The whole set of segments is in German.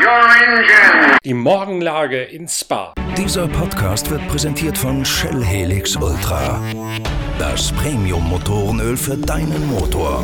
your engine. Die Morgenlage in Spa. Dieser Podcast wird präsentiert von Shell Helix Ultra. Das Premium-Motorenöl für deinen Motor.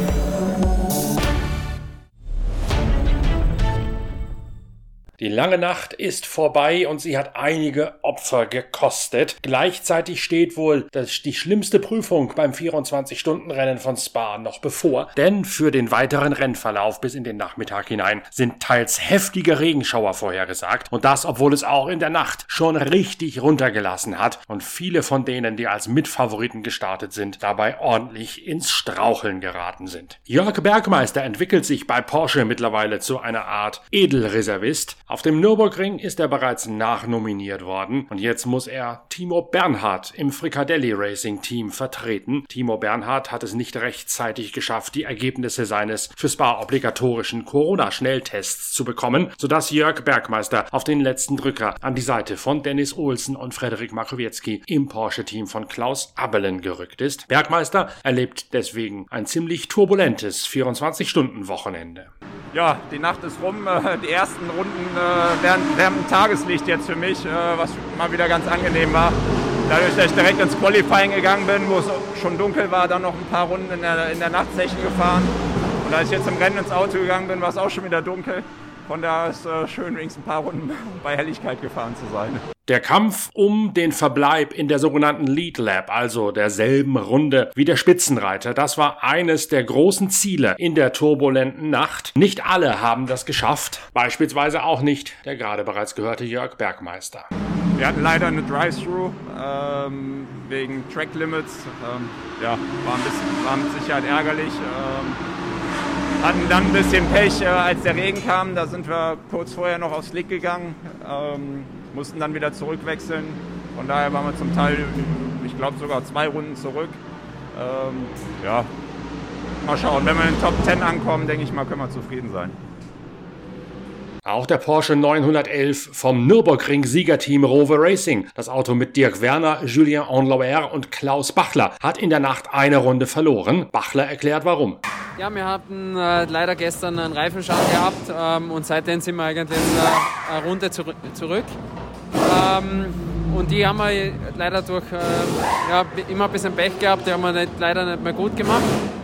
Die lange Nacht ist vorbei und sie hat einige Opfer gekostet. Gleichzeitig steht wohl die schlimmste Prüfung beim 24-Stunden-Rennen von Spa noch bevor. Denn für den weiteren Rennverlauf bis in den Nachmittag hinein sind teils heftige Regenschauer vorhergesagt. Und das, obwohl es auch in der Nacht schon richtig runtergelassen hat. Und viele von denen, die als Mitfavoriten gestartet sind, dabei ordentlich ins Straucheln geraten sind. Jörg Bergmeister entwickelt sich bei Porsche mittlerweile zu einer Art Edelreservist. Auf dem Nürburgring ist er bereits nachnominiert worden und jetzt muss er Timo Bernhard im Fricadelli Racing Team vertreten. Timo Bernhard hat es nicht rechtzeitig geschafft, die Ergebnisse seines für Spa obligatorischen Corona-Schnelltests zu bekommen, sodass Jörg Bergmeister auf den letzten Drücker an die Seite von Dennis Ohlsen und Frederik Makowiecki im Porsche-Team von Klaus Abelen gerückt ist. Bergmeister erlebt deswegen ein ziemlich turbulentes 24-Stunden-Wochenende. Ja, die Nacht ist rum. Die ersten Runden wärmen Tageslicht jetzt für mich, was mal wieder ganz angenehm war. Dadurch, dass ich direkt ins Qualifying gegangen bin, wo es schon dunkel war, dann noch ein paar Runden in der Nachtsession gefahren. Und als ich jetzt im Rennen ins Auto gegangen bin, war es auch schon wieder dunkel. Von daher ist es schön, wenigstens ein paar Runden bei Helligkeit gefahren zu sein. Der Kampf um den Verbleib in der sogenannten Lead Lap, also derselben Runde wie der Spitzenreiter, das war eines der großen Ziele in der turbulenten Nacht. Nicht alle haben das geschafft, beispielsweise auch nicht der gerade bereits gehörte Jörg Bergmeister. Wir hatten leider eine Drive-Thru wegen Track Limits. War mit Sicherheit ärgerlich. Hatten dann ein bisschen Pech, als der Regen kam. Da sind wir kurz vorher noch aufs Slick gegangen. Mussten dann wieder zurückwechseln. Von daher waren wir zum Teil, ich glaube, sogar 2 Runden zurück. Mal schauen. Wenn wir in den Top 10 ankommen, denke ich mal, können wir zufrieden sein. Auch der Porsche 911 vom Nürburgring-Siegerteam Rover Racing, das Auto mit Dirk Werner, Julien Enlauer und Klaus Bachler, hat in der Nacht eine Runde verloren. Bachler erklärt warum. Ja, wir hatten leider gestern einen Reifenschaden gehabt und seitdem sind wir eigentlich eine Runde zurück. Und die haben wir leider durch immer ein bisschen Pech gehabt, die haben wir leider nicht mehr gut gemacht.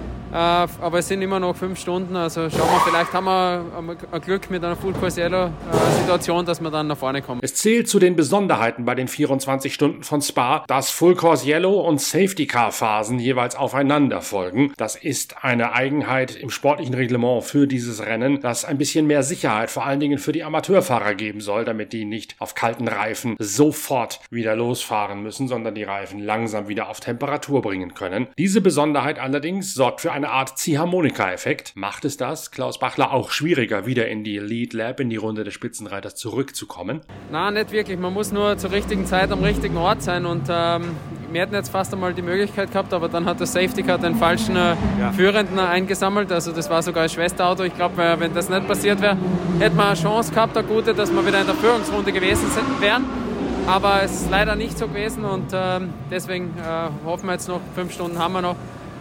Aber es sind immer noch 5 Stunden, also schauen wir, vielleicht haben wir ein Glück mit einer Full Course Yellow Situation, dass wir dann nach vorne kommen. Es zählt zu den Besonderheiten bei den 24 Stunden von Spa, dass Full Course Yellow und Safety Car Phasen jeweils aufeinander folgen. Das ist eine Eigenheit im sportlichen Reglement für dieses Rennen, das ein bisschen mehr Sicherheit vor allen Dingen für die Amateurfahrer geben soll, damit die nicht auf kalten Reifen sofort wieder losfahren müssen, sondern die Reifen langsam wieder auf Temperatur bringen können. Diese Besonderheit allerdings sorgt für eine Art Ziehharmonika-Effekt. Macht es das, Klaus Bachler, auch schwieriger, wieder in die Lead Lap, in die Runde des Spitzenreiters zurückzukommen? Nein, nicht wirklich. Man muss nur zur richtigen Zeit am richtigen Ort sein und wir hätten jetzt fast einmal die Möglichkeit gehabt, aber dann hat der Safety Car den falschen Führenden eingesammelt. Also das war sogar ein Schwesterauto. Ich glaube, wenn das nicht passiert wäre, hätten wir eine Chance gehabt, eine gute, dass wir wieder in der Führungsrunde gewesen wären. Aber es ist leider nicht so gewesen und deswegen hoffen wir jetzt noch, 5 Stunden haben wir noch.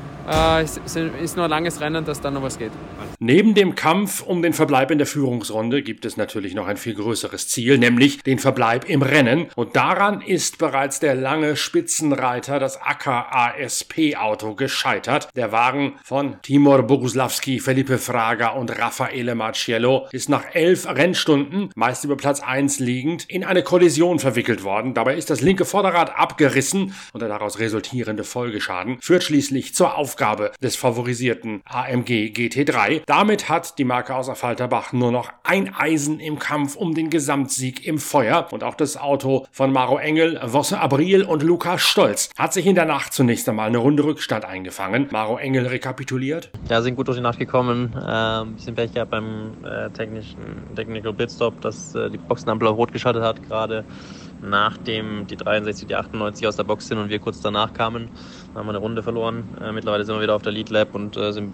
Es ist nur ein langes Rennen, dass dann noch was geht. Neben dem Kampf um den Verbleib in der Führungsrunde gibt es natürlich noch ein viel größeres Ziel, nämlich den Verbleib im Rennen. Und daran ist bereits der lange Spitzenreiter, das Acker ASP-Auto, gescheitert. Der Wagen von Timur Boguslavski, Felipe Fraga und Raffaele Marciello ist nach 11 Rennstunden, meist über Platz 1 liegend, in eine Kollision verwickelt worden. Dabei ist das linke Vorderrad abgerissen und der daraus resultierende Folgeschaden führt schließlich zur Aufgabe des favorisierten AMG GT3. Damit hat die Marke aus Affalterbach nur noch ein Eisen im Kampf um den Gesamtsieg im Feuer. Und auch das Auto von Maro Engel, Vosse Abril und Lukas Stolz hat sich in der Nacht zunächst einmal eine Runde Rückstand eingefangen. Maro Engel rekapituliert. Ja, sind gut durch die Nacht gekommen. Bisschen Pech gehabt beim Technical Pitstop, dass die Boxenampel auf Rot geschaltet hat, gerade nachdem die 63, die 98 aus der Box sind und wir kurz danach kamen. Dann haben wir eine Runde verloren. Mittlerweile sind wir wieder auf der Lead Lap und haben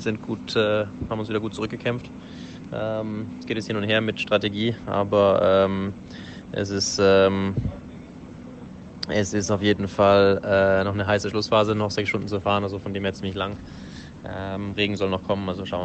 uns wieder gut zurückgekämpft. Es geht jetzt hin und her mit Strategie, aber es ist auf jeden Fall noch eine heiße Schlussphase, noch 6 Stunden zu fahren, also von dem her jetzt nicht lang. Regen soll noch kommen, also schauen wir mal.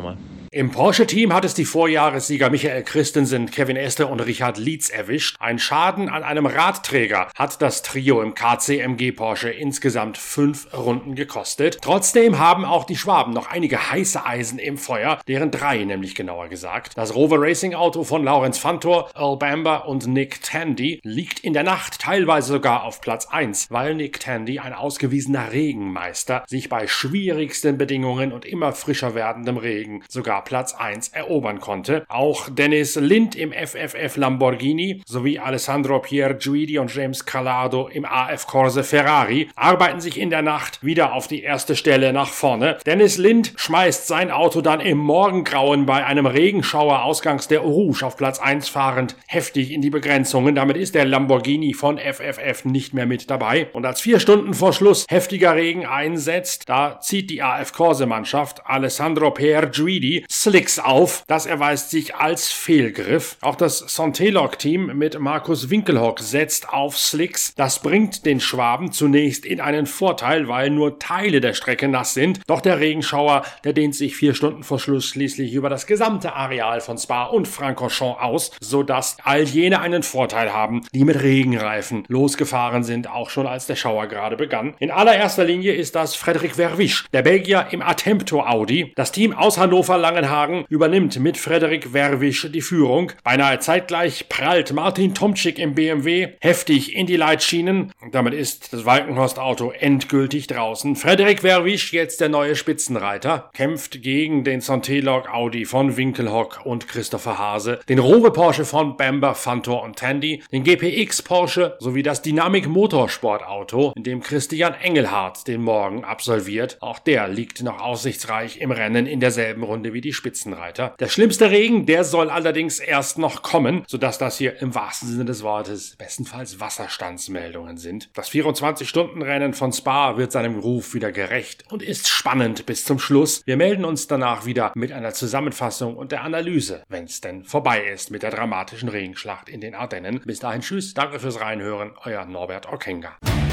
Im Porsche-Team hat es die Vorjahressieger Michael Christensen, Kevin Estre und Richard Lietz erwischt. Ein Schaden an einem Radträger hat das Trio im KCMG Porsche insgesamt 5 Runden gekostet. Trotzdem haben auch die Schwaben noch einige heiße Eisen im Feuer, deren 3 nämlich genauer gesagt. Das Rover Racing Auto von Laurens Fantor, Earl Bamber und Nick Tandy liegt in der Nacht teilweise sogar auf Platz 1, weil Nick Tandy, ein ausgewiesener Regenmeister, sich bei schwierigsten Bedingungen und immer frischer werdendem Regen sogar Platz 1 erobern konnte. Auch Dennis Lind im FFF Lamborghini sowie Alessandro Pierguidi und James Calado im AF Corse Ferrari arbeiten sich in der Nacht wieder auf die erste Stelle nach vorne. Dennis Lind schmeißt sein Auto dann im Morgengrauen bei einem Regenschauer ausgangs der Eau Rouge auf Platz 1 fahrend heftig in die Begrenzungen. Damit ist der Lamborghini von FFF nicht mehr mit dabei. Und als 4 Stunden vor Schluss heftiger Regen einsetzt, da zieht die AF Corse Mannschaft Alessandro Pierguidi Slicks auf. Das erweist sich als Fehlgriff. Auch das Sontelok-Team mit Markus Winkelhock setzt auf Slicks. Das bringt den Schwaben zunächst in einen Vorteil, weil nur Teile der Strecke nass sind. Doch der Regenschauer, der dehnt sich 4 Stunden vor Schluss schließlich über das gesamte Areal von Spa und Francorchamps aus, sodass all jene einen Vorteil haben, die mit Regenreifen losgefahren sind, auch schon als der Schauer gerade begann. In allererster Linie ist das Frédéric Verwisch, der Belgier im Attempto Audi. Das Team aus Hannover-Langenhagen übernimmt mit Frédéric Verwisch die Führung. Beinahe zeitgleich prallt Martin Tomczyk im BMW heftig in die Leitschienen. Damit ist das Walkenhorst-Auto endgültig draußen. Frédéric Verwisch, jetzt der neue Spitzenreiter, kämpft gegen den Sontelok Audi von Winkelhock und Christopher Hase, den Rowe Porsche von Bamber, Fantor und Tandy, den GPX Porsche sowie das Dynamic Motorsport-Auto, in dem Christian Engelhardt den Morgen absolviert. Auch der liegt noch aussichtsreich im Rennen in derselben Runde wie die Spitzenreiter. Der schlimmste Regen, der soll allerdings erst noch kommen, sodass das hier im wahrsten Sinne des Wortes bestenfalls Wasserstandsmeldungen sind. Das 24-Stunden-Rennen von Spa wird seinem Ruf wieder gerecht und ist spannend bis zum Schluss. Wir melden uns danach wieder mit einer Zusammenfassung und der Analyse, wenn es denn vorbei ist mit der dramatischen Regenschlacht in den Ardennen. Bis dahin tschüss, danke fürs Reinhören, euer Norbert Okenga.